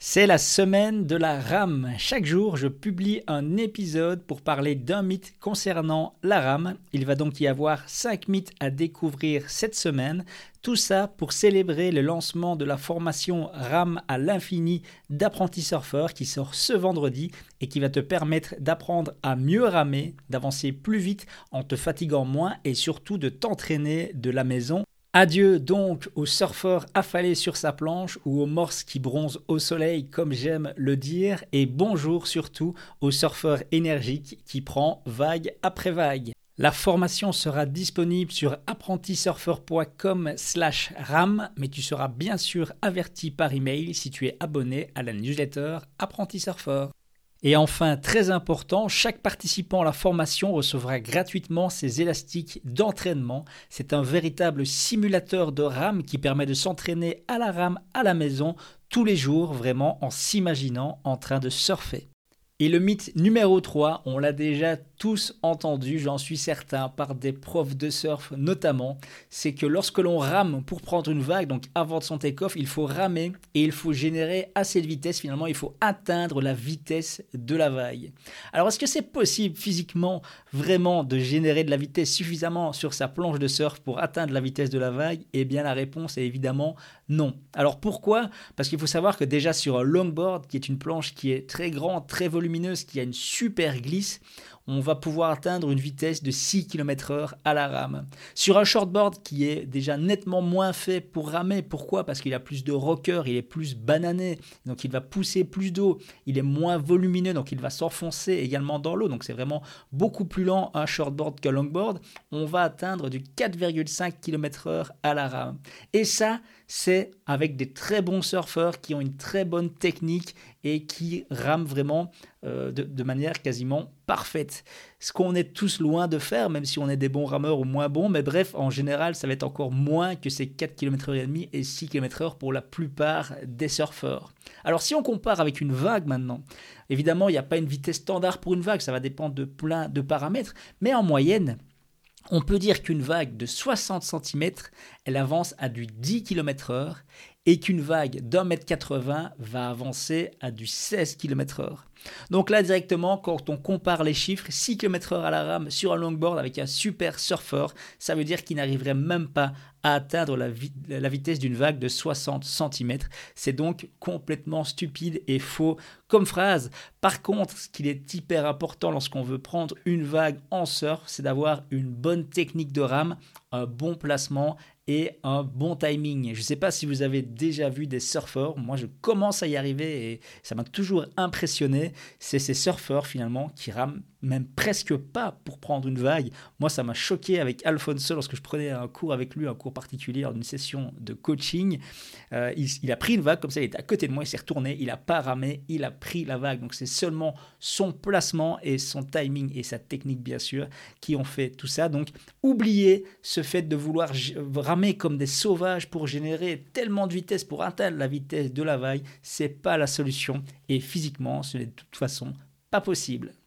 C'est la semaine de la rame. Chaque jour, je publie un épisode pour parler d'un mythe concernant la rame. Il va donc y avoir 5 mythes à découvrir cette semaine. Tout ça pour célébrer le lancement de la formation Rame à l'infini d'apprentis surfeurs qui sort ce vendredi et qui va te permettre d'apprendre à mieux ramer, d'avancer plus vite en te fatiguant moins et surtout de t'entraîner de la maison. Adieu donc aux surfeurs affalés sur sa planche ou aux morses qui bronzent au soleil comme j'aime le dire et bonjour surtout aux surfeurs énergiques qui prend vague après vague. La formation sera disponible sur apprentisurfer.com/ram mais tu seras bien sûr averti par email si tu es abonné à la newsletter Apprenti Surfer. Et enfin, très important, chaque participant à la formation recevra gratuitement ses élastiques d'entraînement. C'est un véritable simulateur de rame qui permet de s'entraîner à la rame à la maison tous les jours, vraiment en s'imaginant en train de surfer. Et le mythe numéro 3, on l'a déjà tous entendu, j'en suis certain, par des profs de surf notamment, c'est que lorsque l'on rame pour prendre une vague, donc avant son take-off, il faut ramer et il faut générer assez de vitesse, finalement il faut atteindre la vitesse de la vague. Alors est-ce que c'est possible physiquement vraiment de générer de la vitesse suffisamment sur sa planche de surf pour atteindre la vitesse de la vague? Eh bien la réponse est évidemment non. Alors pourquoi? Parce qu'il faut savoir que déjà sur un longboard, qui est une planche qui est très grande, très volumineuse, qui a une super glisse, on va pouvoir atteindre une vitesse de 6 km/h à la rame. Sur un shortboard qui est déjà nettement moins fait pour ramer, pourquoi? Parce qu'il a plus de rocker, il est plus banané, donc il va pousser plus d'eau, il est moins volumineux, donc il va s'enfoncer également dans l'eau, donc c'est vraiment beaucoup plus lent un shortboard qu'un longboard. On va atteindre du 4,5 km/h à la rame. Et ça, c'est avec des très bons surfeurs qui ont une très bonne technique et qui rament vraiment de manière quasiment parfaite. Ce qu'on est tous loin de faire, même si on est des bons rameurs ou moins bons, mais bref, en général, ça va être encore moins que ces 4 km/h et demi et 6 km/h pour la plupart des surfeurs. Alors si on compare avec une vague maintenant, évidemment, il n'y a pas une vitesse standard pour une vague, ça va dépendre de plein de paramètres, mais en moyenne, on peut dire qu'une vague de 60 cm, elle avance à du 10 km/h et qu'une vague d'1,80 m va avancer à du 16 km/h. Donc là, directement, quand on compare les chiffres, 6 km/h à la rame sur un longboard avec un super surfeur, ça veut dire qu'il n'arriverait même pas à atteindre la vitesse d'une vague de 60 cm. C'est donc complètement stupide et faux comme phrase. Par contre, ce qui est hyper important lorsqu'on veut prendre une vague en surf, c'est d'avoir une bonne technique de rame, un bon placement et un bon timing. Je ne sais pas si vous avez déjà vu des surfeurs, moi je commence à y arriver et ça m'a toujours impressionné, c'est ces surfeurs finalement qui rament même presque pas pour prendre une vague. Moi ça m'a choqué avec Alfonso lorsque je prenais un cours avec lui, un cours particulier, une session de coaching. Il a pris une vague comme ça, il était à côté de moi, il s'est retourné, il n'a pas ramé, il a pris la vague. Donc c'est seulement son placement et son timing et sa technique bien sûr qui ont fait tout ça. Donc oubliez ce fait de vouloir ramer comme des sauvages pour générer tellement de vitesse pour atteindre la vitesse de la vague. C'est pas la solution et physiquement ce n'est de toute façon pas possible.